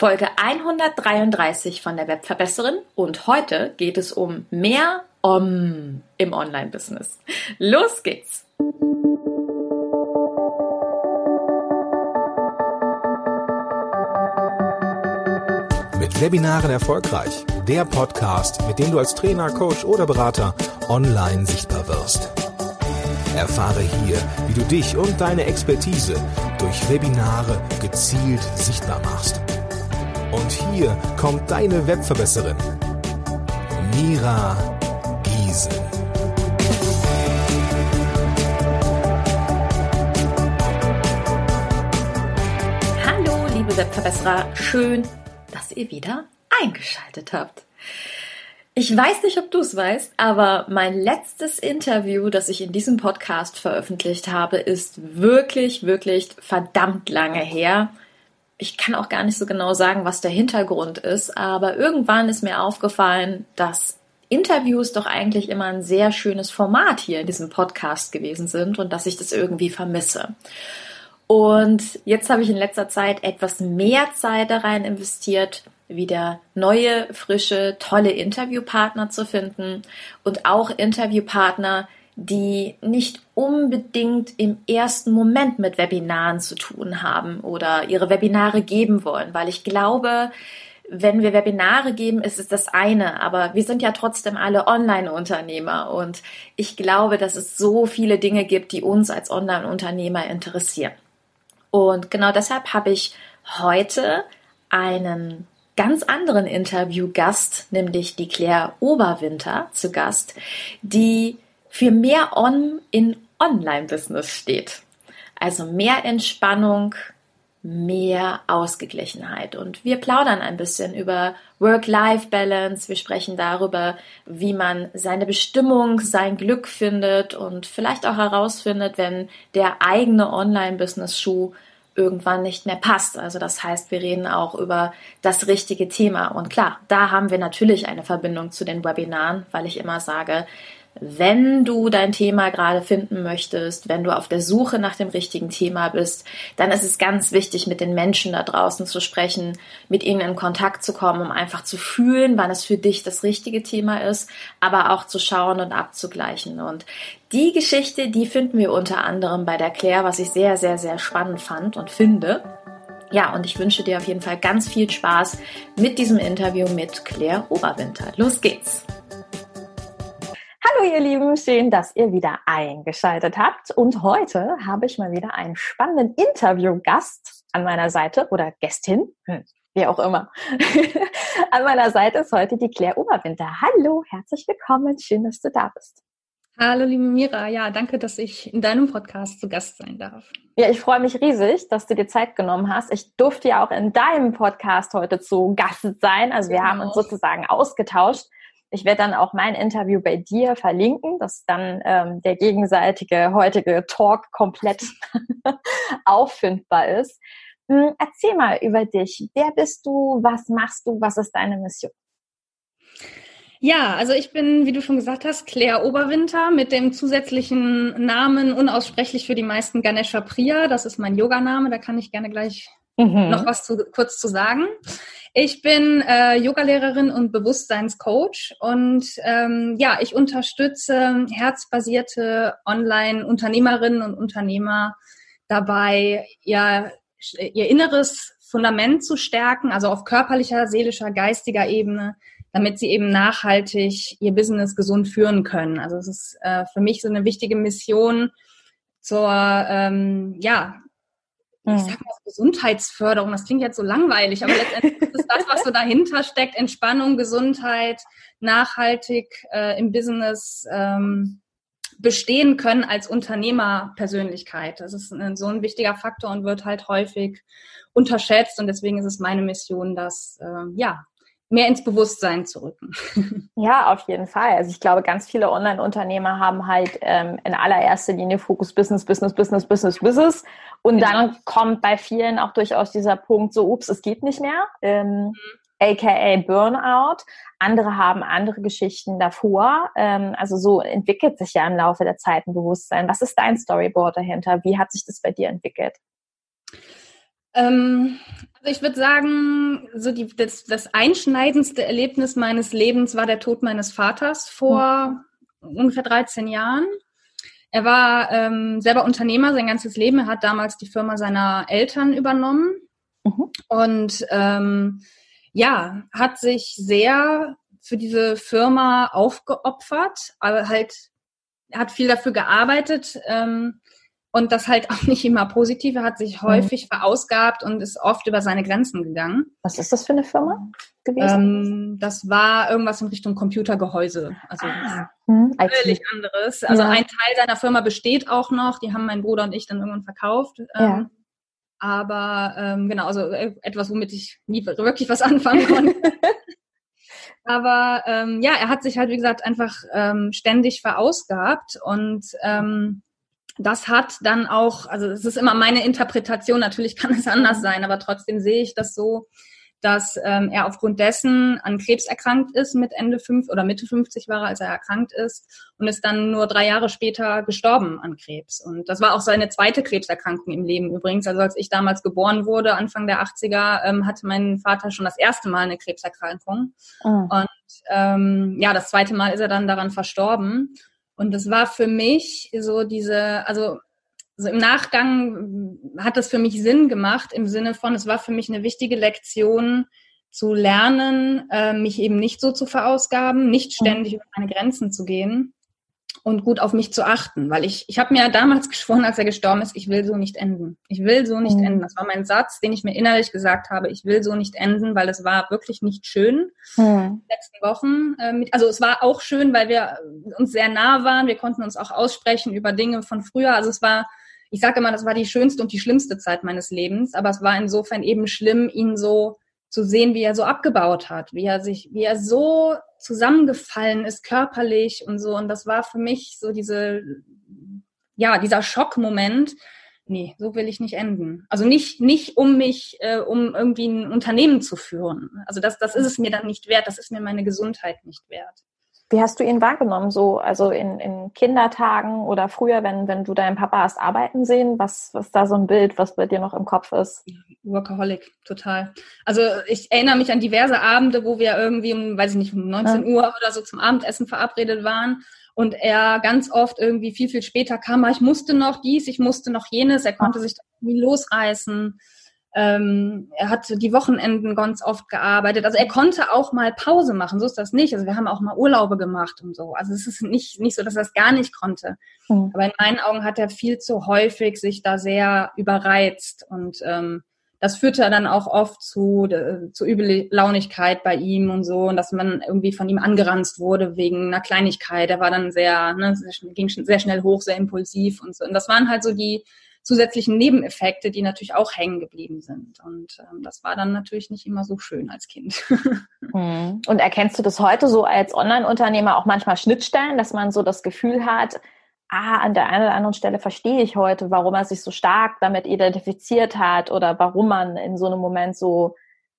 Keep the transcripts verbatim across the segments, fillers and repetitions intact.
Folge hundertdreiunddreißig von der Webverbesserin und heute geht es um mehr Om im Online-Business. Los geht's! Mit Webinaren erfolgreich. Der Podcast, mit dem du als Trainer, Coach oder Berater online sichtbar wirst. Erfahre hier, wie du dich und deine Expertise durch Webinare gezielt sichtbar machst. Und hier kommt deine Webverbesserin, Mira Giesen. Hallo, liebe Webverbesserer, schön, dass ihr wieder eingeschaltet habt. Ich weiß nicht, ob du es weißt, aber mein letztes Interview, das ich in diesem Podcast veröffentlicht habe, ist wirklich, wirklich verdammt lange her. Ich kann auch gar nicht so genau sagen, was der Hintergrund ist, aber irgendwann ist mir aufgefallen, dass Interviews doch eigentlich immer ein sehr schönes Format hier in diesem Podcast gewesen sind und dass ich das irgendwie vermisse. Und jetzt habe ich in letzter Zeit etwas mehr Zeit da rein investiert, wieder neue, frische, tolle Interviewpartner zu finden und auch Interviewpartner, die nicht unbedingt im ersten Moment mit Webinaren zu tun haben oder ihre Webinare geben wollen, weil ich glaube, wenn wir Webinare geben, ist es das eine, aber wir sind ja trotzdem alle Online-Unternehmer und ich glaube, dass es so viele Dinge gibt, die uns als Online-Unternehmer interessieren. Und genau deshalb habe ich heute einen ganz anderen Interviewgast, nämlich die Claire Oberwinter zu Gast, die für mehr On in Online-Business steht. Also mehr Entspannung, mehr Ausgeglichenheit. Und wir plaudern ein bisschen über Work-Life-Balance. Wir sprechen darüber, wie man seine Bestimmung, sein Glück findet und vielleicht auch herausfindet, wenn der eigene Online-Business-Schuh irgendwann nicht mehr passt. Also das heißt, wir reden auch über das richtige Thema. Und klar, da haben wir natürlich eine Verbindung zu den Webinaren, weil ich immer sage, wenn du dein Thema gerade finden möchtest, wenn du auf der Suche nach dem richtigen Thema bist, dann ist es ganz wichtig, mit den Menschen da draußen zu sprechen, mit ihnen in Kontakt zu kommen, um einfach zu fühlen, wann es für dich das richtige Thema ist, aber auch zu schauen und abzugleichen. Und die Geschichte, die finden wir unter anderem bei der Claire, was ich sehr, sehr, sehr spannend fand und finde. Ja, und ich wünsche dir auf jeden Fall ganz viel Spaß mit diesem Interview mit Claire Oberwinter. Los geht's! Hallo ihr Lieben, schön, dass ihr wieder eingeschaltet habt. Und heute habe ich mal wieder einen spannenden Interviewgast an meiner Seite oder Gästin, hm, wie auch immer. An meiner Seite ist heute die Claire Oberwinter. Hallo, herzlich willkommen, schön, dass du da bist. Hallo liebe Mira, ja, danke, dass ich in deinem Podcast zu Gast sein darf. Ja, ich freue mich riesig, dass du dir Zeit genommen hast. Ich durfte ja auch in deinem Podcast heute zu Gast sein, also wir genau. haben uns sozusagen ausgetauscht. Ich werde dann auch mein Interview bei dir verlinken, dass dann ähm, der gegenseitige heutige Talk komplett auffindbar ist. Hm, erzähl mal über dich. Wer bist du? Was machst du? Was ist deine Mission? Ja, also ich bin, wie du schon gesagt hast, Claire Oberwinter mit dem zusätzlichen Namen unaussprechlich für die meisten Ganesha Priya. Das ist mein Yoganame, da kann ich gerne gleich mhm. noch was zu, kurz zu sagen. Ich bin äh, Yogalehrerin und Bewusstseinscoach und ähm, ja, ich unterstütze herzbasierte Online-Unternehmerinnen und Unternehmer dabei, ihr, ihr inneres Fundament zu stärken, also auf körperlicher, seelischer, geistiger Ebene, damit sie eben nachhaltig ihr Business gesund führen können. Also es ist äh, für mich so eine wichtige Mission zur, ähm, ja, ich sag mal Gesundheitsförderung, das klingt jetzt so langweilig, aber letztendlich ist es das, was so dahinter steckt, Entspannung, Gesundheit, nachhaltig äh, im Business ähm, bestehen können als Unternehmerpersönlichkeit. Das ist ein, so ein wichtiger Faktor und wird halt häufig unterschätzt und deswegen ist es meine Mission, das äh, ja mehr ins Bewusstsein zu rücken. Ja, auf jeden Fall. Also ich glaube, ganz viele Online-Unternehmer haben halt ähm, in allererster Linie Fokus Business, Business, Business, Business, Business. Und genau. dann kommt bei vielen auch durchaus dieser Punkt so, ups, es geht nicht mehr, ähm, mhm. aka Burnout. Andere haben andere Geschichten davor. Ähm, also so entwickelt sich ja im Laufe der Zeit ein Bewusstsein. Was ist dein Storyboard dahinter? Wie hat sich das bei dir entwickelt? Ähm, also ich würde sagen, so die, das, das einschneidendste Erlebnis meines Lebens war der Tod meines Vaters vor mhm. ungefähr dreizehn Jahren. Er war ähm, selber Unternehmer sein ganzes Leben. Er hat damals die Firma seiner Eltern übernommen mhm. und ähm, ja, hat sich sehr für diese Firma aufgeopfert, aber halt hat viel dafür gearbeitet ähm, und das halt auch nicht immer positiv. Er hat sich häufig mhm. verausgabt und ist oft über seine Grenzen gegangen. Was ist das für eine Firma gewesen? Ähm, das war irgendwas in Richtung Computergehäuse. Also ah, hm, völlig anderes. Also ja. Ein Teil seiner Firma besteht auch noch. Die haben mein Bruder und ich dann irgendwann verkauft. Ja. Ähm, aber ähm, genau, also etwas, womit ich nie wirklich was anfangen konnte. Aber ähm, ja, er hat sich halt, wie gesagt, einfach ähm, ständig verausgabt und ähm, das hat dann auch, also es ist immer meine Interpretation, natürlich kann es anders sein, aber trotzdem sehe ich das so, dass ähm, er aufgrund dessen an Krebs erkrankt ist mit Ende fünf oder Mitte fünfzig war er, als er erkrankt ist und ist dann nur drei Jahre später gestorben an Krebs. Und das war auch seine zweite Krebserkrankung im Leben übrigens. Also als ich damals geboren wurde, Anfang der achtziger, ähm, hatte mein Vater schon das erste Mal eine Krebserkrankung. Mhm. Und ähm, ja, das zweite Mal ist er dann daran verstorben. Und das war für mich so diese, also Also im Nachgang hat das für mich Sinn gemacht, im Sinne von, es war für mich eine wichtige Lektion zu lernen, äh, mich eben nicht so zu verausgaben, nicht ständig über meine Grenzen zu gehen und gut auf mich zu achten. Weil ich, ich habe mir damals geschworen, als er gestorben ist, ich will so nicht enden. Ich will so nicht mhm. enden. Das war mein Satz, den ich mir innerlich gesagt habe, ich will so nicht enden, weil es war wirklich nicht schön. Mhm. Die letzten Wochen. Äh, mit, also es war auch schön, weil wir uns sehr nah waren. Wir konnten uns auch aussprechen über Dinge von früher. Also es war Ich sage immer, das war die schönste und die schlimmste Zeit meines Lebens, aber es war insofern eben schlimm, ihn so zu sehen, wie er so abgebaut hat, wie er sich, wie er so zusammengefallen ist, körperlich und so. Und das war für mich so diese, ja, dieser Schockmoment. Nee, so will ich nicht enden. Also nicht, nicht um mich, äh, um irgendwie ein Unternehmen zu führen. Also das, das ist es mir dann nicht wert. Das ist mir meine Gesundheit nicht wert. Wie hast du ihn wahrgenommen, so also in, in Kindertagen oder früher, wenn, wenn du deinen Papa hast arbeiten sehen? Was, was ist da so ein Bild, was bei dir noch im Kopf ist? Workaholic, total. Also ich erinnere mich an diverse Abende, wo wir irgendwie um, weiß ich nicht, um neunzehn ja. Uhr oder so zum Abendessen verabredet waren und er ganz oft irgendwie viel, viel später kam, ich musste noch dies, ich musste noch jenes, er konnte ja. sich irgendwie losreißen. Ähm, er hat die Wochenenden ganz oft gearbeitet. Also er konnte auch mal Pause machen, so ist das nicht. Also wir haben auch mal Urlaube gemacht und so. Also es ist nicht, nicht so, dass er es gar nicht konnte. Mhm. Aber in meinen Augen hat er viel zu häufig sich da sehr überreizt. Und ähm, das führte dann auch oft zu, äh, zu Übellaunigkeit bei ihm und so. Und dass man irgendwie von ihm angeranzt wurde wegen einer Kleinigkeit. Er war dann sehr, ne, ging sehr schnell hoch, sehr impulsiv und so. Und das waren halt so die zusätzlichen Nebeneffekte, die natürlich auch hängen geblieben sind. Und ähm, das war dann natürlich nicht immer so schön als Kind. Und erkennst du das heute so als Online-Unternehmer auch manchmal Schnittstellen, dass man so das Gefühl hat, ah, an der einen oder anderen Stelle verstehe ich heute, warum er sich so stark damit identifiziert hat oder warum man in so einem Moment so,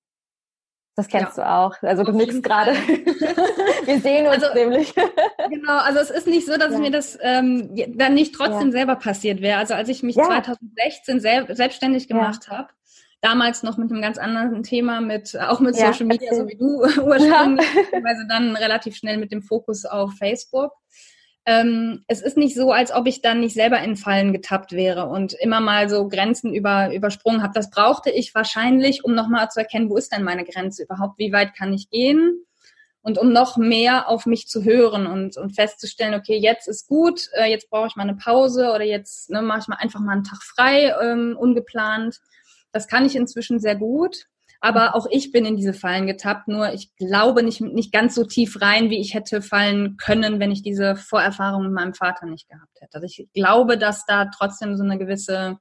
das kennst ja. du auch. Also du nix gerade. Wir sehen uns also, nämlich. Genau, also es ist nicht so, dass ja. mir das ähm, dann nicht trotzdem ja. selber passiert wäre. Also als ich mich ja. zwanzig sechzehn sel- selbstständig gemacht ja. habe, damals noch mit einem ganz anderen Thema, mit auch mit ja, Social Media, erzähl. So wie du ursprünglich, beziehungsweise dann relativ schnell mit dem Fokus auf Facebook. Ähm, es ist nicht so, als ob ich dann nicht selber in Fallen getappt wäre und immer mal so Grenzen über, übersprungen habe. Das brauchte ich wahrscheinlich, um nochmal zu erkennen, wo ist denn meine Grenze überhaupt, wie weit kann ich gehen und um noch mehr auf mich zu hören und, und festzustellen, okay, jetzt ist gut, äh, jetzt brauche ich mal eine Pause oder jetzt ne, mache ich mal einfach mal einen Tag frei, ähm, ungeplant. Das kann ich inzwischen sehr gut. Aber auch ich bin in diese Fallen getappt, nur ich glaube nicht, nicht ganz so tief rein, wie ich hätte fallen können, wenn ich diese Vorerfahrung mit meinem Vater nicht gehabt hätte. Also ich glaube, dass da trotzdem so eine gewisse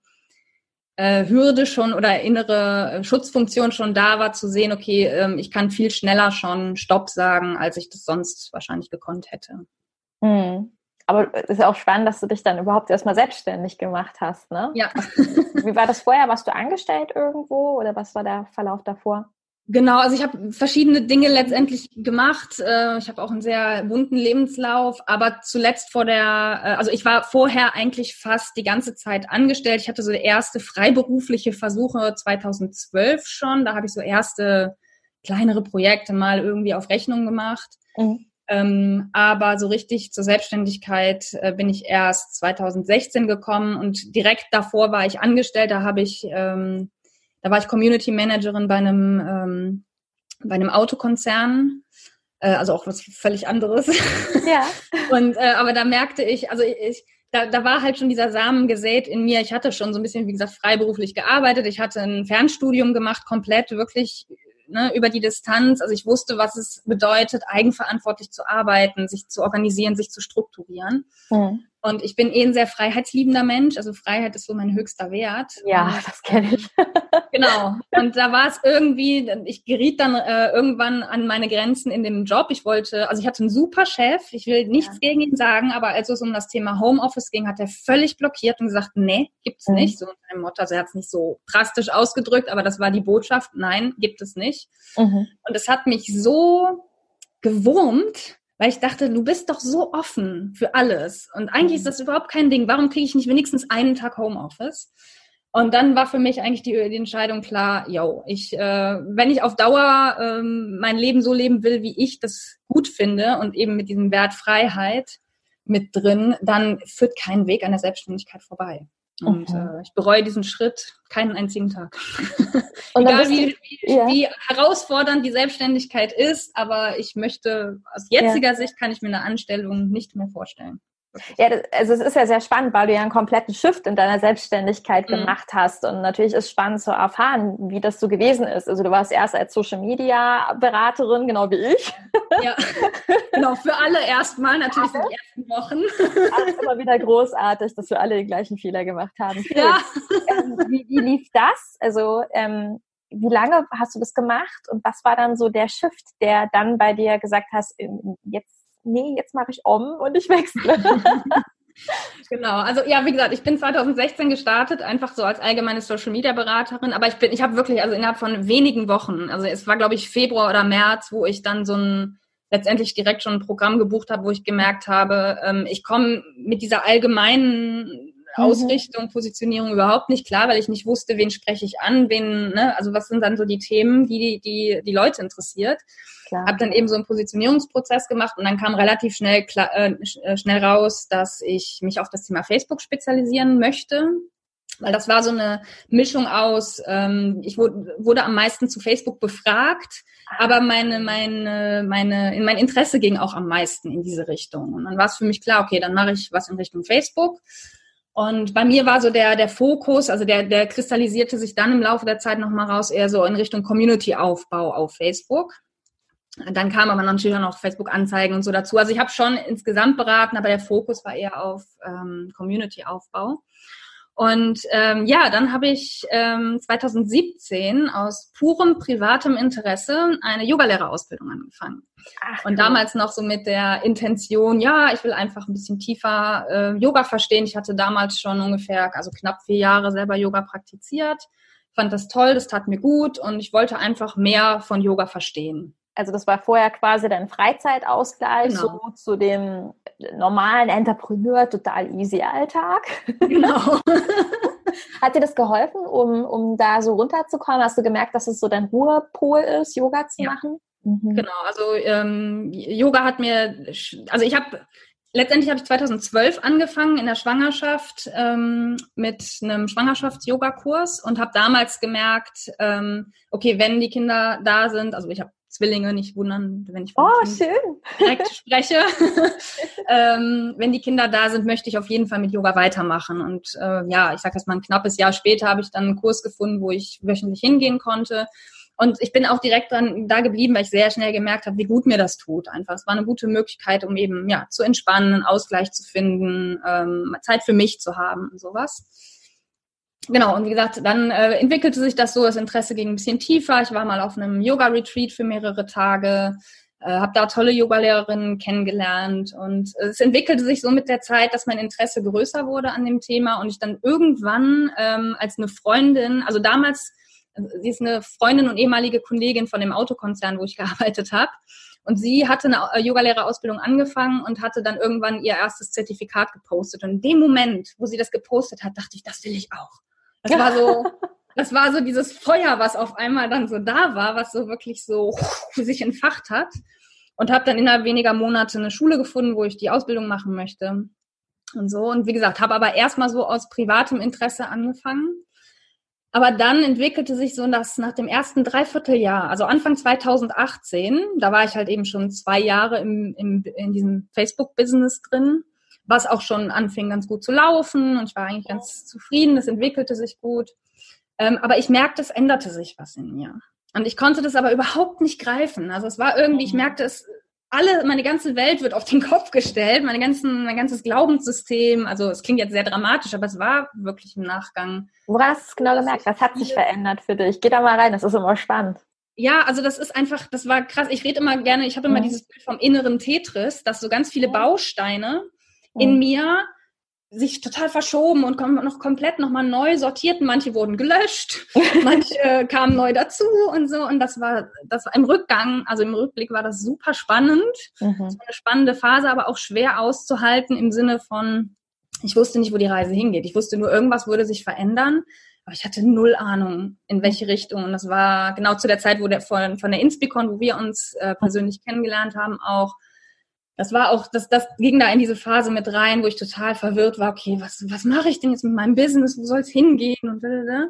äh, Hürde schon oder innere Schutzfunktion schon da war, zu sehen, okay, ähm, ich kann viel schneller schon Stopp sagen, als ich das sonst wahrscheinlich gekonnt hätte. Mhm. Aber es ist ja auch spannend, dass du dich dann überhaupt erstmal selbstständig gemacht hast, ne? Ja. Wie war das vorher? Warst du angestellt irgendwo oder was war der Verlauf davor? Genau, also ich habe verschiedene Dinge letztendlich gemacht. Ich habe auch einen sehr bunten Lebenslauf, aber zuletzt vor der, also ich war vorher eigentlich fast die ganze Zeit angestellt. Ich hatte so erste freiberufliche Versuche zweitausendzwölf schon. Da habe ich so erste kleinere Projekte mal irgendwie auf Rechnung gemacht. Mhm. Ähm, aber so richtig zur Selbstständigkeit äh, bin ich erst zweitausendsechzehn gekommen und direkt davor war ich angestellt. Da habe ich ähm, Da war ich Community Managerin bei einem ähm, bei einem Autokonzern, äh, also auch was völlig anderes. Ja. Und äh, aber da merkte ich, also ich, da, da war halt schon dieser Samen gesät in mir. Ich hatte schon so ein bisschen, wie gesagt, freiberuflich gearbeitet. Ich hatte ein Fernstudium gemacht, komplett wirklich ne, über die Distanz. Also ich wusste, was es bedeutet, eigenverantwortlich zu arbeiten, sich zu organisieren, sich zu strukturieren. Mhm. Und ich bin eh ein sehr freiheitsliebender Mensch. Also Freiheit ist so mein höchster Wert. Ja, und, das kenne ich. Genau. Und da war es irgendwie, ich geriet dann äh, irgendwann an meine Grenzen in dem Job. Ich wollte, also ich hatte einen super Chef. Ich will nichts ja. gegen ihn sagen, aber als es um das Thema Homeoffice ging, hat er völlig blockiert und gesagt, nee, gibt's mhm. nicht. So unter dem Motto, also er hat es nicht so drastisch ausgedrückt, aber das war die Botschaft. Nein, gibt es nicht. Mhm. Und es hat mich so gewurmt, weil ich dachte, du bist doch so offen für alles. Und eigentlich ist das überhaupt kein Ding. Warum kriege ich nicht wenigstens einen Tag Homeoffice? Und dann war für mich eigentlich die, die Entscheidung klar, yo, ich, äh, wenn ich auf Dauer ähm, mein Leben so leben will, wie ich das gut finde und eben mit diesem Wert Freiheit mit drin, dann führt kein Weg an der Selbstständigkeit vorbei. Und okay. äh, ich bereue diesen Schritt keinen einzigen Tag. Und egal wie, wie, ja. wie herausfordernd die Selbstständigkeit ist, aber ich möchte, aus jetziger ja. Sicht kann ich mir eine Anstellung nicht mehr vorstellen. Ja, das, also es ist ja sehr spannend, weil du ja einen kompletten Shift in deiner Selbstständigkeit mhm. gemacht hast. Und natürlich ist spannend zu erfahren, wie das so gewesen ist. Also du warst erst als Social-Media-Beraterin, genau wie ich. Ja, genau, für alle erstmal, natürlich in den ersten Wochen. Aber es ist immer wieder großartig, dass wir alle den gleichen Fehler gemacht haben. Ja. Ähm, wie, wie lief das? Also ähm, wie lange hast du das gemacht? Und was war dann so der Shift, der dann bei dir gesagt hast, jetzt nee, jetzt mache ich um und ich wechsle. Genau, also ja, wie gesagt, ich bin zweitausendsechzehn gestartet, einfach so als allgemeine Social-Media-Beraterin, aber ich bin, ich habe wirklich, also innerhalb von wenigen Wochen, also es war, glaube ich, Februar oder März, wo ich dann so ein, letztendlich direkt schon ein Programm gebucht habe, wo ich gemerkt habe, ähm, ich komme mit dieser allgemeinen Ausrichtung, Positionierung überhaupt nicht klar, weil ich nicht wusste, wen spreche ich an, wen, ne, also was sind dann so die Themen, die die, die Leute interessiert. Habe dann eben so einen Positionierungsprozess gemacht und dann kam relativ schnell äh, schnell raus, dass ich mich auf das Thema Facebook spezialisieren möchte, weil das war so eine Mischung aus, ähm, ich wurde, wurde am meisten zu Facebook befragt, aber meine meine meine in mein Interesse ging auch am meisten in diese Richtung und dann war es für mich klar, okay, dann mache ich was in Richtung Facebook. Und bei mir war so der der Fokus, also der der kristallisierte sich dann im Laufe der Zeit nochmal raus, eher so in Richtung Community-Aufbau auf Facebook. Dann kam aber natürlich auch noch Facebook-Anzeigen und so dazu. Also ich habe schon insgesamt beraten, aber der Fokus war eher auf ähm, Community-Aufbau. Und ähm, ja, dann habe ich ähm, zweitausendsiebzehn aus purem privatem Interesse eine Yogalehrerausbildung angefangen. Ach, und damals noch so mit der Intention, ja, ich will einfach ein bisschen tiefer äh, Yoga verstehen. Ich hatte damals schon ungefähr, also knapp vier Jahre selber Yoga praktiziert, fand das toll, das tat mir gut und ich wollte einfach mehr von Yoga verstehen. Also das war vorher quasi dein Freizeitausgleich, genau. So zu dem normalen Entrepreneur, total easy Alltag. Genau. Hat dir das geholfen, um, um da so runterzukommen? Hast du gemerkt, dass es so dein Ruhepol ist, Yoga zu ja. machen? Mhm. Genau, also ähm, Yoga hat mir, also ich habe, letztendlich habe ich zweitausendzwölf angefangen in der Schwangerschaft ähm, mit einem Schwangerschafts-Yoga-Kurs und habe damals gemerkt, ähm, okay, wenn die Kinder da sind, also ich habe Zwillinge, nicht wundern, wenn ich von oh, schön. direkt spreche. ähm, wenn die Kinder da sind, möchte ich auf jeden Fall mit Yoga weitermachen. Und äh, ja, ich sage das mal, ein knappes Jahr später habe ich dann einen Kurs gefunden, wo ich wöchentlich hingehen konnte. Und ich bin auch direkt dran da geblieben, weil ich sehr schnell gemerkt habe, wie gut mir das tut. Einfach, es war eine gute Möglichkeit, um eben ja zu entspannen, einen Ausgleich zu finden, ähm, Zeit für mich zu haben und sowas. Genau, und wie gesagt, dann äh, entwickelte sich das so, das Interesse ging ein bisschen tiefer. Ich war mal auf einem Yoga-Retreat für mehrere Tage, äh, habe da tolle Yogalehrerinnen kennengelernt und äh, es entwickelte sich so mit der Zeit, dass mein Interesse größer wurde an dem Thema und ich dann irgendwann ähm, als eine Freundin, also damals sie ist eine Freundin und ehemalige Kollegin von dem Autokonzern, wo ich gearbeitet habe. Und sie hatte eine Yogalehrerausbildung angefangen und hatte dann irgendwann ihr erstes Zertifikat gepostet. Und in dem Moment, wo sie das gepostet hat, dachte ich, das will ich auch. Das war so, das war so dieses Feuer, was auf einmal dann so da war, was so wirklich so sich entfacht hat. Und habe dann innerhalb weniger Monate eine Schule gefunden, wo ich die Ausbildung machen möchte. Und so. Und wie gesagt, habe aber erstmal so aus privatem Interesse angefangen. Aber dann entwickelte sich so das nach dem ersten Dreivierteljahr, also Anfang zweitausendachtzehn, da war ich halt eben schon zwei Jahre im, im, in diesem Facebook-Business drin, was auch schon anfing ganz gut zu laufen und ich war eigentlich ganz zufrieden, das entwickelte sich gut. Ähm, aber ich merkte, es änderte sich was in mir. Und ich konnte das aber überhaupt nicht greifen. Also es war irgendwie, ich merkte es, alle, meine ganze Welt wird auf den Kopf gestellt, meine ganzen, mein ganzes Glaubenssystem, also es klingt jetzt sehr dramatisch, aber es war wirklich im Nachgang. Woran hast du es genau gemerkt? Was hat sich verändert für dich? Geh da mal rein, das ist immer spannend. Ja, also das ist einfach, das war krass. Ich rede immer gerne, ich habe immer mhm. dieses Bild vom inneren Tetris, dass so ganz viele Bausteine mhm. in mir sich total verschoben und kom- noch komplett nochmal neu sortierten. Manche wurden gelöscht, manche kamen neu dazu und so. Und das war, das war im Rückgang, also im Rückblick war das super spannend. Mhm. Das war eine spannende Phase, aber auch schwer auszuhalten im Sinne von, ich wusste nicht, wo die Reise hingeht. Ich wusste nur, irgendwas würde sich verändern. Aber ich hatte null Ahnung, in welche Richtung. Und das war genau zu der Zeit, wo der von, von der Inspicon, wo wir uns äh, persönlich kennengelernt haben, auch. Das war auch, das, das ging da in diese Phase mit rein, wo ich total verwirrt war. Okay, was, was mache ich denn jetzt mit meinem Business? Wo soll es hingehen? Und,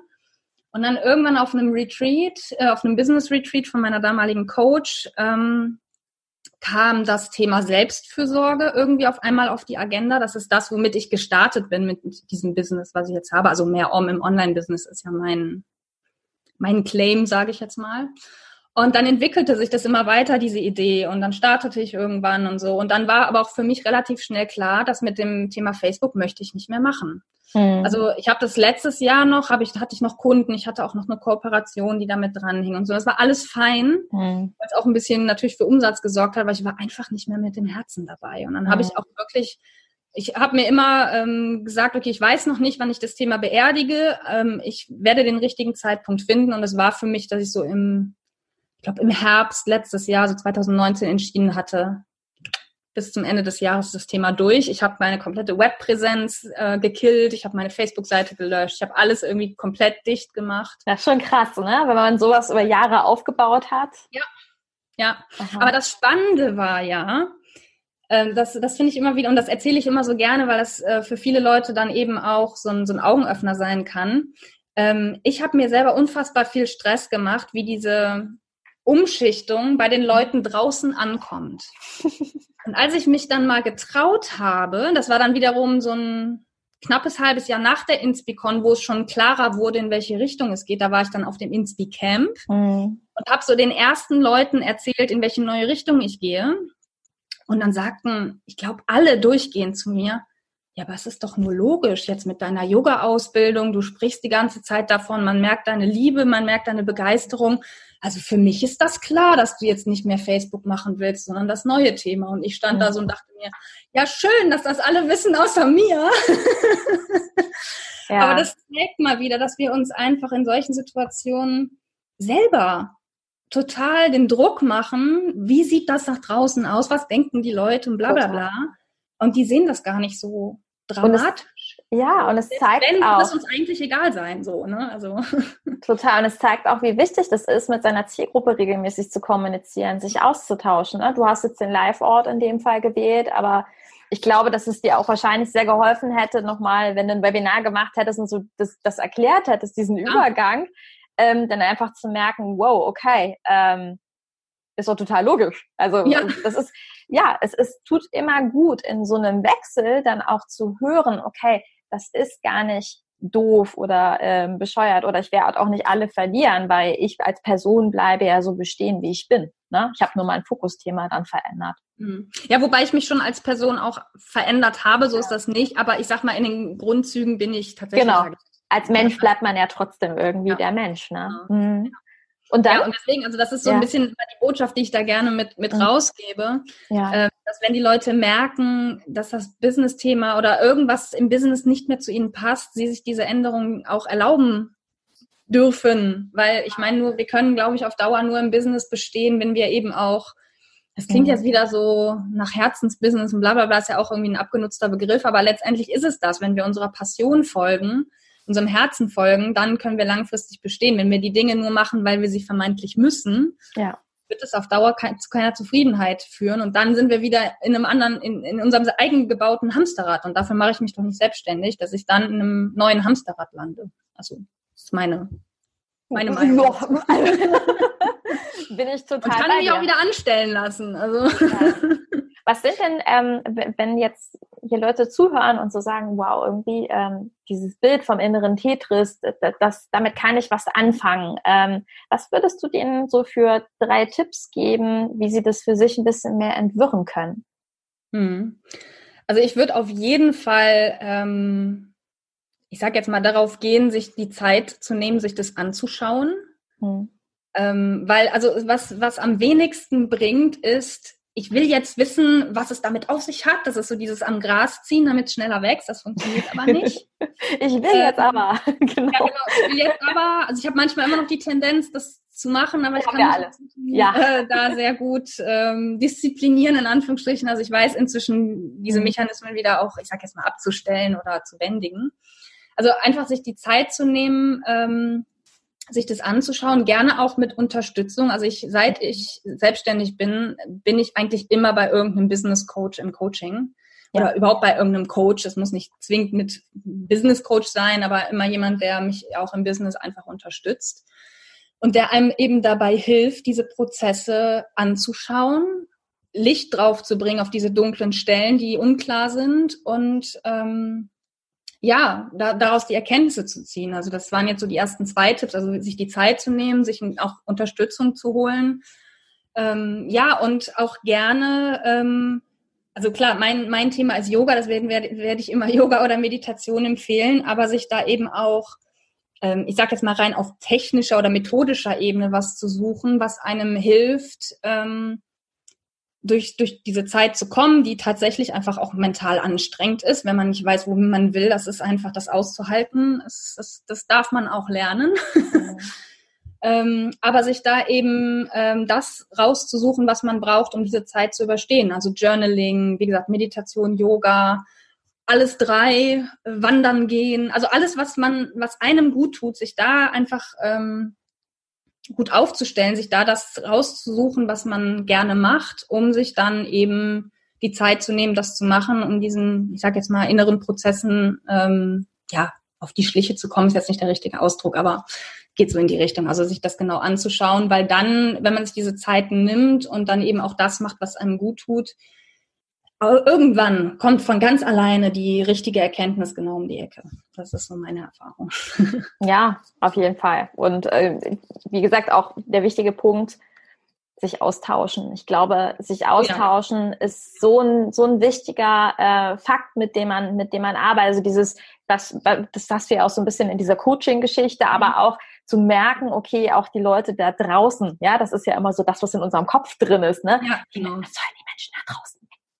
und dann irgendwann auf einem Retreat, äh, auf einem Business Retreat von meiner damaligen Coach, ähm, kam das Thema Selbstfürsorge irgendwie auf einmal auf die Agenda. Das ist das, womit ich gestartet bin mit diesem Business, was ich jetzt habe. Also mehr Om im Online-Business ist ja mein, mein Claim, sage ich jetzt mal. Und dann entwickelte sich das immer weiter, diese Idee. Und dann startete ich irgendwann und so. Und dann war aber auch für mich relativ schnell klar, dass mit dem Thema Facebook möchte ich nicht mehr machen. Mhm. Also ich habe das letztes Jahr noch, hab ich, hatte ich noch Kunden, ich hatte auch noch eine Kooperation, die damit dranhing und so. Das war alles fein, mhm. weil es auch ein bisschen natürlich für Umsatz gesorgt hat, weil ich war einfach nicht mehr mit dem Herzen dabei. Und dann mhm. habe ich auch wirklich, ich habe mir immer ähm, gesagt, okay, ich weiß noch nicht, wann ich das Thema beerdige. Ähm, ich werde den richtigen Zeitpunkt finden. Und es war für mich, dass ich so im ich glaube, im Herbst letztes Jahr, so zweitausendneunzehn, entschieden hatte, bis zum Ende des Jahres das Thema durch. Ich habe meine komplette Webpräsenz äh, gekillt, ich habe meine Facebook-Seite gelöscht, ich habe alles irgendwie komplett dicht gemacht. Das ist schon krass, ne? Wenn man sowas über Jahre aufgebaut hat. Ja, ja. Aha. Aber das Spannende war ja, äh, das, das finde ich immer wieder, und das erzähle ich immer so gerne, weil das äh, für viele Leute dann eben auch so ein, so ein Augenöffner sein kann. Ähm, ich habe mir selber unfassbar viel Stress gemacht, wie diese Umschichtung bei den Leuten draußen ankommt. Und als ich mich dann mal getraut habe, das war dann wiederum so ein knappes halbes Jahr nach der Inspicon, wo es schon klarer wurde, in welche Richtung es geht, da war ich dann auf dem Inspi-Camp mhm. und habe so den ersten Leuten erzählt, in welche neue Richtung ich gehe. Und dann sagten, ich glaube, alle durchgehend zu mir, ja, aber es ist doch nur logisch, jetzt mit deiner Yoga-Ausbildung, du sprichst die ganze Zeit davon, man merkt deine Liebe, man merkt deine Begeisterung. Also für mich ist das klar, dass du jetzt nicht mehr Facebook machen willst, sondern das neue Thema. Und ich stand ja. da so und dachte mir, ja schön, dass das alle wissen außer mir. Ja. Aber das zeigt mal wieder, dass wir uns einfach in solchen Situationen selber total den Druck machen, wie sieht das nach draußen aus, was denken die Leute und bla bla bla. Und die sehen das gar nicht so dramatisch. Und es, ja, und es zeigt wenn, auch. Das uns eigentlich egal sein, so, ne? Also. Total. Und es zeigt auch, wie wichtig das ist, mit seiner Zielgruppe regelmäßig zu kommunizieren, sich auszutauschen. Ne? Du hast jetzt den Live-Ort in dem Fall gewählt, aber ich glaube, dass es dir auch wahrscheinlich sehr geholfen hätte, nochmal, wenn du ein Webinar gemacht hättest und so das, das erklärt hättest, diesen ja. Übergang, ähm, dann einfach zu merken, wow, okay, ähm, ist doch total logisch. Also ja. das ist, ja, es ist, tut immer gut, in so einem Wechsel dann auch zu hören, okay, das ist gar nicht doof oder ähm, bescheuert oder ich werde auch nicht alle verlieren, weil ich als Person bleibe ja so bestehen, wie ich bin. Ne? Ich habe nur mein Fokusthema dann verändert. Ja, wobei ich mich schon als Person auch verändert habe, so ist das nicht, aber ich sag mal, in den Grundzügen bin ich tatsächlich... Genau, als Mensch bleibt man ja trotzdem irgendwie ja. der Mensch. Ne? Ja. Mhm. Und dann, ja, und deswegen, also das ist so ja. ein bisschen die Botschaft, die ich da gerne mit, mit mhm. rausgebe, ja. äh, dass wenn die Leute merken, dass das Business-Thema oder irgendwas im Business nicht mehr zu ihnen passt, sie sich diese Änderungen auch erlauben dürfen, weil ich meine nur, wir können, glaube ich, auf Dauer nur im Business bestehen, wenn wir eben auch, das klingt jetzt wieder so nach Herzensbusiness und bla bla bla, ist ja auch irgendwie ein abgenutzter Begriff, aber letztendlich ist es das, wenn wir unserer Passion folgen, unserem Herzen folgen, dann können wir langfristig bestehen. Wenn wir die Dinge nur machen, weil wir sie vermeintlich müssen, ja. wird es auf Dauer kein, zu keiner Zufriedenheit führen und dann sind wir wieder in einem anderen, in, in unserem eigen gebauten Hamsterrad und dafür mache ich mich doch nicht selbstständig, dass ich dann in einem neuen Hamsterrad lande. Also das ist meine, meine Meinung. Ja. Bin ich total und kann bei mich dir. auch wieder anstellen lassen. Also. Ja. Was sind denn, ähm, wenn jetzt hier Leute zuhören und so sagen, wow, irgendwie ähm, dieses Bild vom inneren Tetris, das, das, damit kann ich was anfangen. Ähm, was würdest du denen so für drei Tipps geben, wie sie das für sich ein bisschen mehr entwirren können? Hm. Also ich würde auf jeden Fall, ähm, ich sage jetzt mal, darauf gehen, sich die Zeit zu nehmen, sich das anzuschauen. Hm. Ähm, weil also was, was am wenigsten bringt, ist, ich will jetzt wissen, was es damit auf sich hat. Das ist so dieses am Gras ziehen, damit es schneller wächst. Das funktioniert aber nicht. Ich will ähm, jetzt aber. Genau. Ja, genau. Ich will jetzt aber. Also ich habe manchmal immer noch die Tendenz, das zu machen, aber ich kann mich ja. äh, da sehr gut ähm, disziplinieren, in Anführungsstrichen. Also ich weiß inzwischen, diese Mechanismen wieder auch, ich sag jetzt mal, abzustellen oder zu bändigen. Also einfach sich die Zeit zu nehmen, ähm, sich das anzuschauen, gerne auch mit Unterstützung. Also ich, seit ich selbstständig bin, bin ich eigentlich immer bei irgendeinem Business Coach im Coaching oder ja. überhaupt bei irgendeinem Coach. Das muss nicht zwingend mit Business Coach sein, aber immer jemand, der mich auch im Business einfach unterstützt und der einem eben dabei hilft, diese Prozesse anzuschauen, Licht drauf zu bringen auf diese dunklen Stellen, die unklar sind und ähm, ja, da, daraus die Erkenntnisse zu ziehen. Also das waren jetzt so die ersten zwei Tipps, also sich die Zeit zu nehmen, sich auch Unterstützung zu holen. Ähm, ja, und auch gerne, ähm, also klar, mein mein Thema ist Yoga, das werde, werde, werde ich immer Yoga oder Meditation empfehlen, aber sich da eben auch, ähm, ich sage jetzt mal rein auf technischer oder methodischer Ebene was zu suchen, was einem hilft, ähm, durch durch diese Zeit zu kommen, die tatsächlich einfach auch mental anstrengend ist, wenn man nicht weiß, wohin man will. Das ist einfach das auszuhalten. Das, das, das darf man auch lernen. Mhm. ähm, aber sich da eben ähm, das rauszusuchen, was man braucht, um diese Zeit zu überstehen. Also Journaling, wie gesagt, Meditation, Yoga, alles drei, wandern gehen. Also alles, was man, was einem gut tut, sich da einfach ähm, gut aufzustellen, sich da das rauszusuchen, was man gerne macht, um sich dann eben die Zeit zu nehmen, das zu machen, um diesen, ich sage jetzt mal, inneren Prozessen ähm, ja auf die Schliche zu kommen, ist jetzt nicht der richtige Ausdruck, aber geht so in die Richtung, also sich das genau anzuschauen, weil dann, wenn man sich diese Zeiten nimmt und dann eben auch das macht, was einem gut tut, irgendwann kommt von ganz alleine die richtige Erkenntnis genau um die Ecke. Das ist so meine Erfahrung. Ja, auf jeden Fall. Und äh, wie gesagt, auch der wichtige Punkt, sich austauschen. Ich glaube, sich austauschen ja. ist so ein so ein wichtiger äh, Fakt, mit dem man mit dem man arbeitet. Also dieses, das, das hast du ja auch so ein bisschen in dieser Coaching-Geschichte, mhm. aber auch zu merken, okay, auch die Leute da draußen, ja, das ist ja immer so das, was in unserem Kopf drin ist, ne? Ja, genau. Was sollen die Menschen da draußen?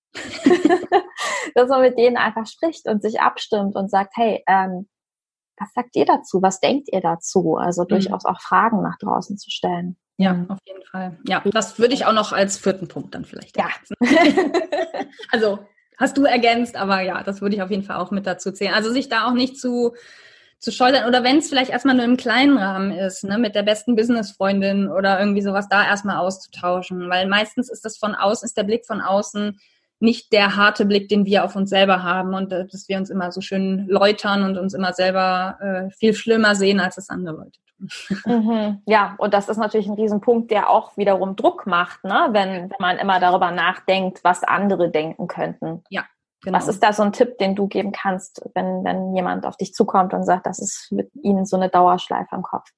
Dass man mit denen einfach spricht und sich abstimmt und sagt, hey, ähm, was sagt ihr dazu? Was denkt ihr dazu? Also mhm. durchaus auch Fragen nach draußen zu stellen. Ja, auf jeden Fall. Ja, das würde ich auch noch als vierten Punkt dann vielleicht ergänzen. Ja. Also hast du ergänzt, aber ja, das würde ich auf jeden Fall auch mit dazu zählen. Also sich da auch nicht zu zu schleudern oder wenn es vielleicht erstmal nur im kleinen Rahmen ist, ne, mit der besten Businessfreundin oder irgendwie sowas da erstmal auszutauschen, weil meistens ist das von außen, ist der Blick von außen nicht der harte Blick, den wir auf uns selber haben und äh, dass wir uns immer so schön läutern und uns immer selber äh, viel schlimmer sehen, als es andere Leute tun. Mhm. Ja, und das ist natürlich ein Riesenpunkt, der auch wiederum Druck macht, ne? wenn, wenn man immer darüber nachdenkt, was andere denken könnten. Ja, genau. Was ist da so ein Tipp, den du geben kannst, wenn, wenn jemand auf dich zukommt und sagt, das ist mit ihnen so eine Dauerschleife im Kopf?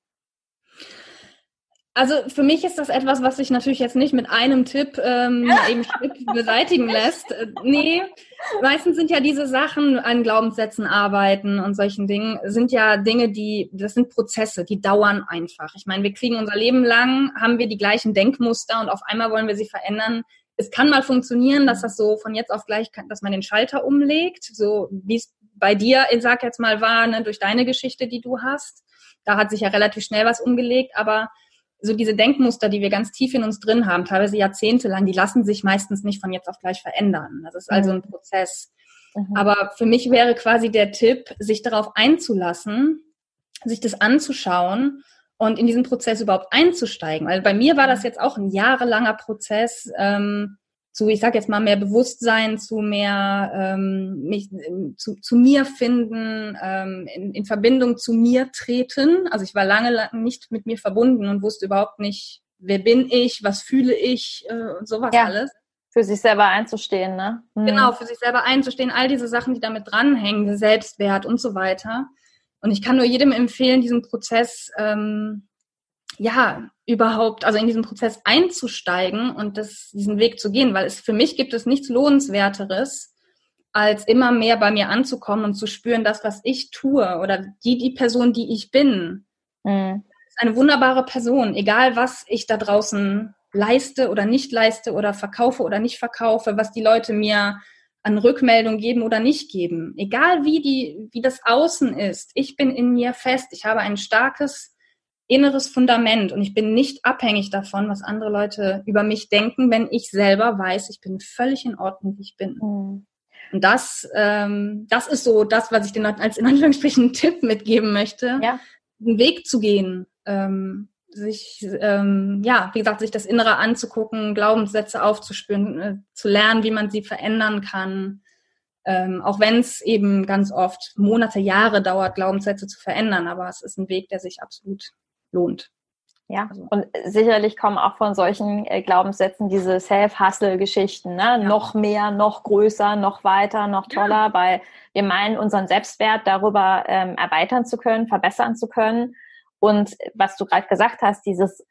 Also für mich ist das etwas, was sich natürlich jetzt nicht mit einem Tipp ähm, eben beseitigen lässt. Äh, nee, meistens sind ja diese Sachen an Glaubenssätzen arbeiten und solchen Dingen, sind ja Dinge, die, das sind Prozesse, die dauern einfach. Ich meine, wir kriegen unser Leben lang, haben wir die gleichen Denkmuster und auf einmal wollen wir sie verändern. Es kann mal funktionieren, dass das so von jetzt auf gleich, dass man den Schalter umlegt, so wie es bei dir, ich sag jetzt mal, war, ne, durch deine Geschichte, die du hast. da hat sich ja relativ schnell was umgelegt, aber so diese Denkmuster, die wir ganz tief in uns drin haben, teilweise jahrzehntelang, die lassen sich meistens nicht von jetzt auf gleich verändern. Das ist also ein Prozess. Mhm. Aber für mich wäre quasi der Tipp, sich darauf einzulassen, sich das anzuschauen und in diesen Prozess überhaupt einzusteigen. Weil bei mir war das jetzt auch ein jahrelanger Prozess, ähm, zu, ich sage jetzt mal, mehr Bewusstsein, zu mehr ähm, mich, zu, zu mir finden, ähm, in, in Verbindung zu mir treten. Also ich war lange, lange nicht mit mir verbunden und wusste überhaupt nicht, wer bin ich, was fühle ich äh, und sowas ja, alles. Für sich selber einzustehen, ne? Mhm. Genau, für sich selber einzustehen, all diese Sachen, die damit dranhängen, Selbstwert und so weiter. Und ich kann nur jedem empfehlen, diesen Prozess ähm, ja, überhaupt, also in diesen Prozess einzusteigen und das, diesen Weg zu gehen, weil es für mich gibt es nichts Lohnenswerteres, als immer mehr bei mir anzukommen und zu spüren, das, was ich tue oder die, die Person, die ich bin, mhm. ist eine wunderbare Person, egal was ich da draußen leiste oder nicht leiste oder verkaufe oder nicht verkaufe, was die Leute mir an Rückmeldung geben oder nicht geben, egal wie die, wie das Außen ist, ich bin in mir fest, ich habe ein starkes inneres Fundament und ich bin nicht abhängig davon, was andere Leute über mich denken, wenn ich selber weiß, ich bin völlig in Ordnung, wie ich bin. Mhm. Und das, ähm, das ist so das, was ich den Leuten als in Anführungsstrichen Tipp mitgeben möchte, ja. Den Weg zu gehen, ähm, sich, ähm, ja, wie gesagt, sich das Innere anzugucken, Glaubenssätze aufzuspüren, äh, zu lernen, wie man sie verändern kann. Ähm, auch wenn es eben ganz oft Monate, Jahre dauert, Glaubenssätze zu verändern, aber es ist ein Weg, der sich absolut lohnt. Ja, also. Und sicherlich kommen auch von solchen äh, Glaubenssätzen diese Self-Hustle-Geschichten, ne? Ja. Noch mehr, noch größer, noch weiter, noch toller, ja. Weil wir meinen, unseren Selbstwert darüber ähm, erweitern zu können, verbessern zu können. Und was du gerade gesagt hast, dieses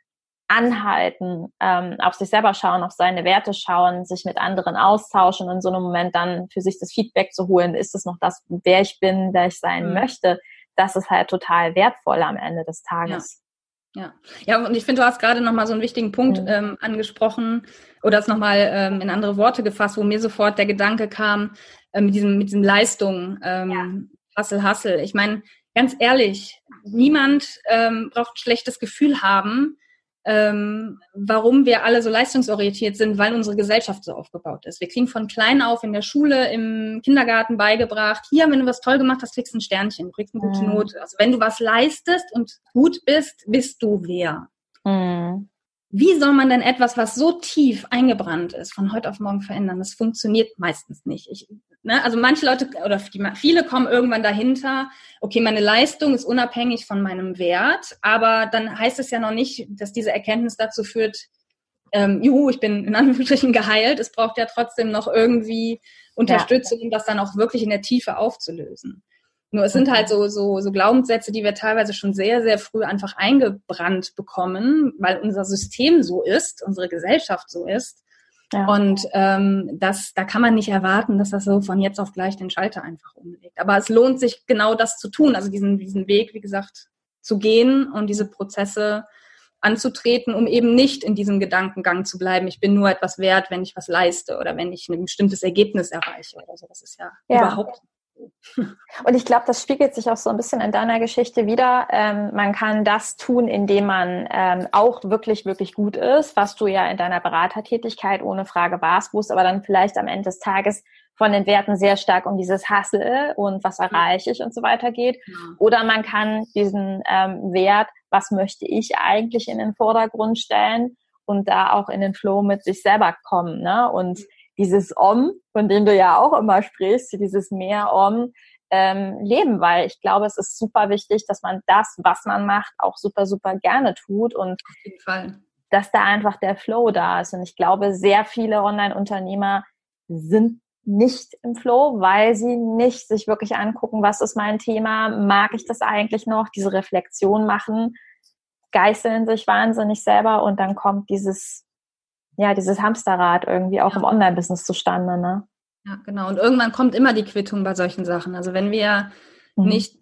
Anhalten, ähm, auf sich selber schauen, auf seine Werte schauen, sich mit anderen austauschen und in so einem Moment dann für sich das Feedback zu holen, ist es noch das, wer ich bin, wer ich sein mhm. möchte, das ist halt total wertvoll am Ende des Tages. Ja. Ja, ja, und ich finde, du hast gerade nochmal so einen wichtigen Punkt mhm. ähm, angesprochen oder es nochmal ähm, in andere Worte gefasst, wo mir sofort der Gedanke kam, äh, mit diesem, mit diesem Leistung, ähm, ja. Hustle, Hustle. Ich meine, ganz ehrlich, niemand ähm, braucht ein schlechtes Gefühl haben, ähm, warum wir alle so leistungsorientiert sind, weil unsere Gesellschaft so aufgebaut ist. Wir kriegen von klein auf in der Schule, im Kindergarten beigebracht, hier, wenn du was toll gemacht hast, kriegst du ein Sternchen, du kriegst eine gute mhm. Note. Also wenn du was leistest und gut bist, bist du wer. Mhm. Wie soll man denn etwas, was so tief eingebrannt ist, von heute auf morgen verändern? Das funktioniert meistens nicht. Ich, ne, also manche Leute oder viele kommen irgendwann dahinter, okay, meine Leistung ist unabhängig von meinem Wert, aber dann heißt es ja noch nicht, dass diese Erkenntnis dazu führt, ähm, juhu, ich bin in Anführungsstrichen geheilt. Es braucht ja trotzdem noch irgendwie Unterstützung, um das dann auch wirklich in der Tiefe aufzulösen. Nur es sind halt so, so, so Glaubenssätze, die wir teilweise schon sehr, sehr früh einfach eingebrannt bekommen, weil unser System so ist, unsere Gesellschaft so ist. Ja. Und ähm, das, da kann man nicht erwarten, dass das so von jetzt auf gleich den Schalter einfach umlegt. Aber es lohnt sich genau das zu tun, also diesen, diesen Weg, wie gesagt, zu gehen und diese Prozesse anzutreten, um eben nicht in diesem Gedankengang zu bleiben, ich bin nur etwas wert, wenn ich was leiste oder wenn ich ein bestimmtes Ergebnis erreiche oder so. Das ist ja, ja. überhaupt nicht. Und ich glaube, das spiegelt sich auch so ein bisschen in deiner Geschichte wider. Ähm, man kann das tun, indem man ähm, auch wirklich, wirklich gut ist, was du ja in deiner Beratertätigkeit ohne Frage warst, wo es aber dann vielleicht am Ende des Tages von den Werten sehr stark um dieses Hustle und was erreiche ich und so weiter geht. Ja. Oder man kann diesen ähm, Wert, was möchte ich eigentlich in den Vordergrund stellen und da auch in den Flow mit sich selber kommen, ne? Und dieses Om, von dem du ja auch immer sprichst, dieses mehr Om, ähm, leben, weil ich glaube, es ist super wichtig, dass man das, was man macht, auch super, super gerne tut und auf jeden Fall. Dass da einfach der Flow da ist. Und ich glaube, sehr viele Online-Unternehmer sind nicht im Flow, weil sie nicht sich wirklich angucken, was ist mein Thema, mag ich das eigentlich noch, diese Reflexion machen, geißeln sich wahnsinnig selber und dann kommt dieses ja, dieses Hamsterrad irgendwie auch ja. im Online-Business zustande, ne? Ja, genau. Und irgendwann kommt immer die Quittung bei solchen Sachen. Also wenn wir mhm. nicht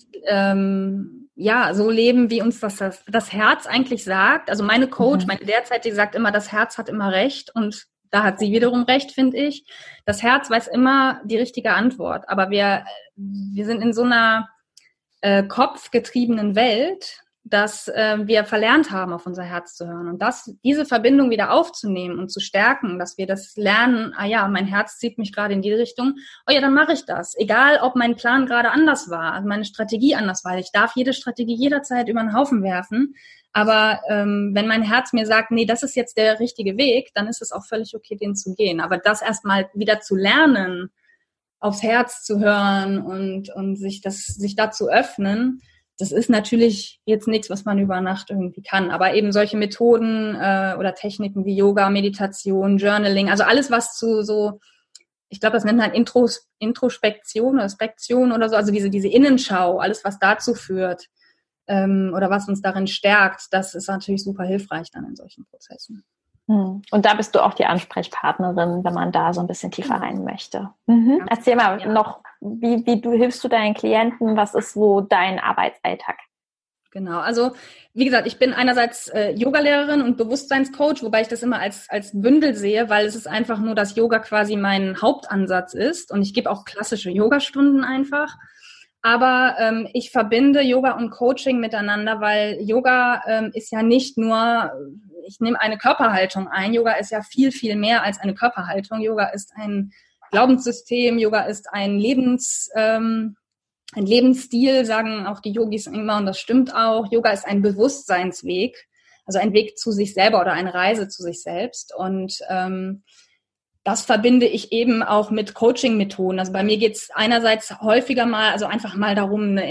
ähm, ja so leben, wie uns das, das das Herz eigentlich sagt. Also meine Coach, mhm. meine derzeitige sagt immer, das Herz hat immer recht und da hat sie wiederum recht, finde ich. Das Herz weiß immer die richtige Antwort. Aber wir wir sind in so einer äh, kopfgetriebenen Welt, dass äh, wir verlernt haben, auf unser Herz zu hören. Und das, diese Verbindung wieder aufzunehmen und zu stärken, dass wir das lernen, ah ja, mein Herz zieht mich gerade in die Richtung, oh ja, dann mache ich das. Egal, ob mein Plan gerade anders war, also meine Strategie anders war. Ich darf jede Strategie jederzeit über den Haufen werfen. Aber ähm, wenn mein Herz mir sagt, nee, das ist jetzt der richtige Weg, dann ist es auch völlig okay, den zu gehen. Aber das erstmal wieder zu lernen, aufs Herz zu hören und, und sich das, sich da zu öffnen, das ist natürlich jetzt nichts, was man über Nacht irgendwie kann. Aber eben solche Methoden äh, oder Techniken wie Yoga, Meditation, Journaling, also alles, was zu so, ich glaube, das nennt man Intros, Introspektion oder Spektion oder so, also diese, diese Innenschau, alles, was dazu führt, oder was uns darin stärkt, das ist natürlich super hilfreich dann in solchen Prozessen. Und da bist du auch die Ansprechpartnerin, wenn man da so ein bisschen tiefer rein möchte. Mhm. Erzähl mal ja. noch, wie, wie du hilfst du deinen Klienten? Was ist so dein Arbeitsalltag? Genau, also wie gesagt, ich bin einerseits äh, Yogalehrerin und Bewusstseinscoach, wobei ich das immer als als Bündel sehe, weil es ist einfach nur, dass Yoga quasi mein Hauptansatz ist und ich gebe auch klassische Yogastunden einfach. Aber ähm, ich verbinde Yoga und Coaching miteinander, weil Yoga ähm, ist ja nicht nur, ich nehme eine Körperhaltung ein. Yoga ist ja viel, viel mehr als eine Körperhaltung. Yoga ist ein Glaubenssystem, Yoga ist ein Lebens, ähm, ein Lebensstil, sagen auch die Yogis immer, und das stimmt auch. Yoga ist ein Bewusstseinsweg, also ein Weg zu sich selber oder eine Reise zu sich selbst. Und ähm, das verbinde ich eben auch mit Coaching-Methoden. Also bei mir geht es einerseits häufiger mal, also einfach mal darum, eine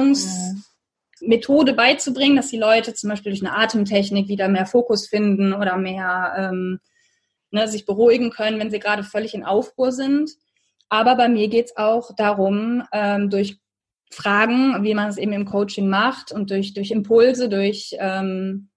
Entspannungsmethode beizubringen, dass die Leute zum Beispiel durch eine Atemtechnik wieder mehr Fokus finden oder mehr ähm, ne, sich beruhigen können, wenn sie gerade völlig in Aufruhr sind. Aber bei mir geht es auch darum, ähm, durch Fragen, wie man es eben im Coaching macht und durch, durch Impulse, durch ähm,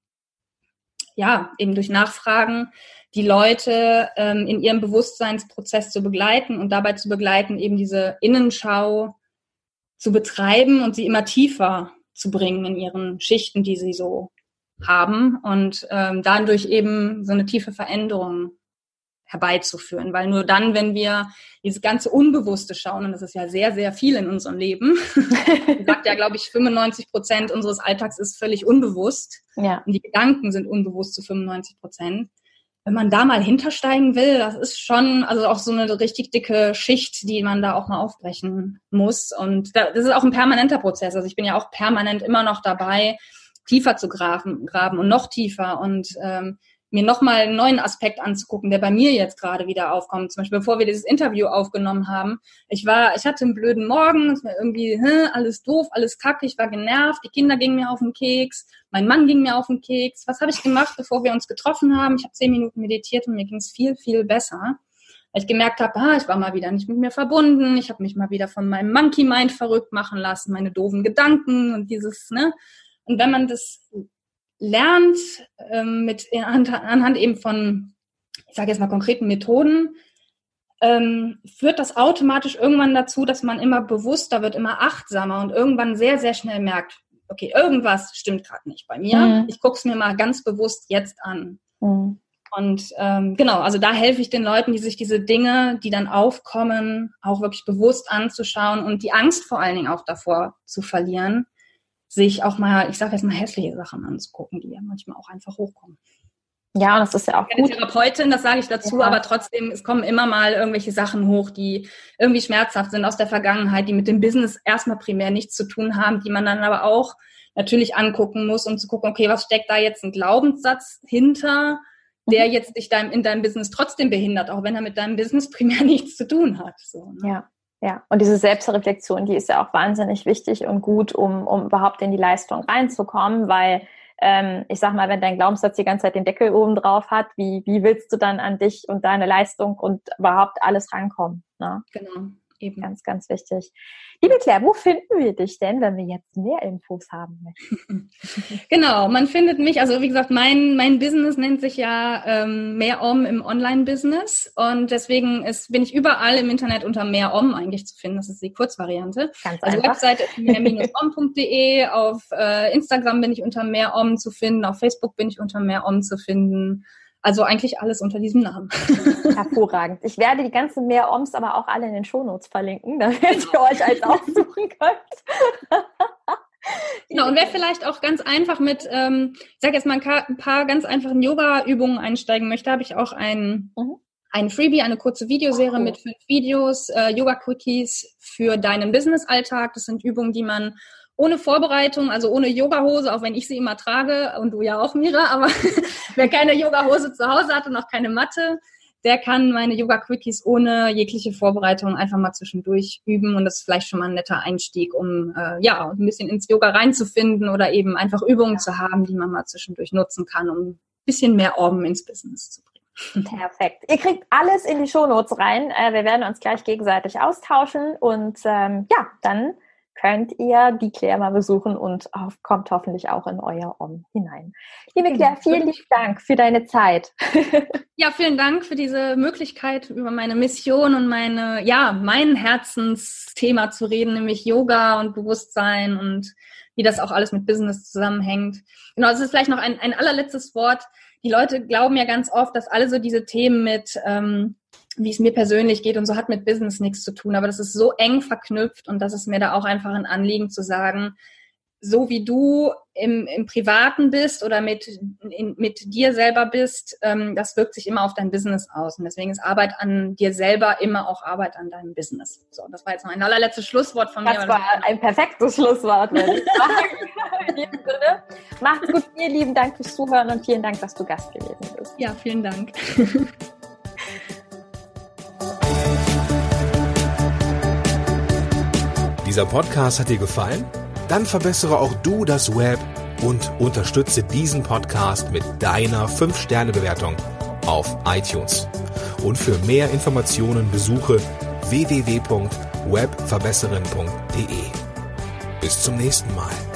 ja, eben durch Nachfragen, die Leute ähm, in ihrem Bewusstseinsprozess zu begleiten und dabei zu begleiten, eben diese Innenschau zu betreiben und sie immer tiefer zu bringen in ihren Schichten, die sie so haben und ähm, dadurch eben so eine tiefe Veränderung herbeizuführen. Weil nur dann, wenn wir dieses ganze Unbewusste schauen, und das ist ja sehr, sehr viel in unserem Leben, sagt ja, glaube ich, fünfundneunzig Prozent unseres Alltags ist völlig unbewusst. Ja. Und die Gedanken sind unbewusst zu fünfundneunzig Prozent. Wenn man da mal hintersteigen will, das ist schon also auch so eine richtig dicke Schicht, die man da auch mal aufbrechen muss. Und das ist auch ein permanenter Prozess. Also ich bin ja auch permanent immer noch dabei, tiefer zu graben, graben und noch tiefer und ähm, mir nochmal einen neuen Aspekt anzugucken, der bei mir jetzt gerade wieder aufkommt. Zum Beispiel, bevor wir dieses Interview aufgenommen haben. Ich war, ich hatte einen blöden Morgen, es war irgendwie hä, alles doof, alles kacke, ich war genervt, die Kinder gingen mir auf den Keks, mein Mann ging mir auf den Keks. Was habe ich gemacht, bevor wir uns getroffen haben? Ich habe zehn Minuten meditiert und mir ging es viel, viel besser. Weil ich gemerkt habe, ah, ich war mal wieder nicht mit mir verbunden, ich habe mich mal wieder von meinem Monkey Mind verrückt machen lassen, meine doofen Gedanken und dieses, ne? Und wenn man das lernt, ähm, mit anhand, anhand eben von, ich sage jetzt mal konkreten Methoden, ähm, führt das automatisch irgendwann dazu, dass man immer bewusster wird, immer achtsamer und irgendwann sehr, sehr schnell merkt, okay, irgendwas stimmt gerade nicht bei mir. Mhm. Ich gucke es mir mal ganz bewusst jetzt an. Mhm. Und ähm, genau, also da helfe ich den Leuten, die sich diese Dinge, die dann aufkommen, auch wirklich bewusst anzuschauen und die Angst vor allen Dingen auch davor zu verlieren, sich auch mal, ich sage jetzt mal, hässliche Sachen anzugucken, die ja manchmal auch einfach hochkommen. Ja, und das ist ja auch ich bin gut. Therapeutin, das sage ich dazu, ja. Aber trotzdem, es kommen immer mal irgendwelche Sachen hoch, die irgendwie schmerzhaft sind aus der Vergangenheit, die mit dem Business erstmal primär nichts zu tun haben, die man dann aber auch natürlich angucken muss, um zu gucken, okay, was steckt da jetzt ein Glaubenssatz hinter, der mhm. jetzt dich dein, in deinem Business trotzdem behindert, auch wenn er mit deinem Business primär nichts zu tun hat. So, ne? Ja. Ja, und diese Selbstreflexion, die ist ja auch wahnsinnig wichtig und gut, um, um überhaupt in die Leistung reinzukommen, weil ähm, ich sag mal, wenn dein Glaubenssatz die ganze Zeit den Deckel oben drauf hat, wie, wie willst du dann an dich und deine Leistung und überhaupt alles rankommen? Ne? Genau, eben. Ganz, ganz wichtig. Liebe Claire, wo finden wir dich denn, wenn wir jetzt mehr Infos haben möchten? Genau, man findet mich, also wie gesagt, mein mein Business nennt sich ja ähm, Mehr-Om im Online-Business und deswegen ist, bin ich überall im Internet unter Mehr-Om eigentlich zu finden, das ist die Kurzvariante. Ganz also einfach. Webseite ist mehr Bindestrich om punkt de, auf äh, Instagram bin ich unter Mehr-Om zu finden, auf Facebook bin ich unter Mehr-Om zu finden. Also eigentlich alles unter diesem Namen. Hervorragend. Ich werde die ganzen Mehr-Oms aber auch alle in den Shownotes verlinken, damit ihr euch eins aussuchen könnt. Genau, und wer vielleicht auch ganz einfach mit, ähm, ich sage jetzt mal ein paar ganz einfachen Yoga-Übungen einsteigen möchte, habe ich auch ein, mhm. ein Freebie, eine kurze Videoserie oh. mit fünf Videos, äh, Yoga-Quickies für deinen Business-Alltag. Das sind Übungen, die man ohne Vorbereitung, also ohne Yogahose, auch wenn ich sie immer trage und du ja auch, Mira, aber wer keine Yogahose zu Hause hat und auch keine Matte, der kann meine Yoga-Quickies ohne jegliche Vorbereitung einfach mal zwischendurch üben und das ist vielleicht schon mal ein netter Einstieg, um äh, ja ein bisschen ins Yoga reinzufinden oder eben einfach Übungen zu haben, die man mal zwischendurch nutzen kann, um ein bisschen mehr Orben ins Business zu bringen. Perfekt. Ihr kriegt alles in die Shownotes rein. Äh, wir werden uns gleich gegenseitig austauschen und ähm, ja, dann könnt ihr die Claire mal besuchen und auf, kommt hoffentlich auch in euer Om hinein. Liebe Claire, vielen lieben Dank für deine Zeit. Ja, vielen Dank für diese Möglichkeit, über meine Mission und meine, ja, mein Herzensthema zu reden, nämlich Yoga und Bewusstsein und wie das auch alles mit Business zusammenhängt. Genau, das ist vielleicht noch ein, ein allerletztes Wort. Die Leute glauben ja ganz oft, dass alle so diese Themen mit, ähm, wie es mir persönlich geht und so, hat mit Business nichts zu tun. Aber das ist so eng verknüpft und das ist mir da auch einfach ein Anliegen zu sagen, so wie du im, im Privaten bist oder mit, in, mit dir selber bist, ähm, das wirkt sich immer auf dein Business aus. Und deswegen ist Arbeit an dir selber immer auch Arbeit an deinem Business. So, das war jetzt noch ein allerletztes Schlusswort von mir. Das war ein perfektes Schlusswort, würde ich sagen. In diesem Sinne, macht's gut, vielen lieben Dank fürs Zuhören und vielen Dank, dass du Gast gewesen bist. Ja, vielen Dank. Dieser Podcast hat dir gefallen? Dann verbessere auch du das Web und unterstütze diesen Podcast mit deiner fünf Sterne Bewertung auf iTunes. Und für mehr Informationen besuche w w w punkt webverbesserin punkt d e. Bis zum nächsten Mal.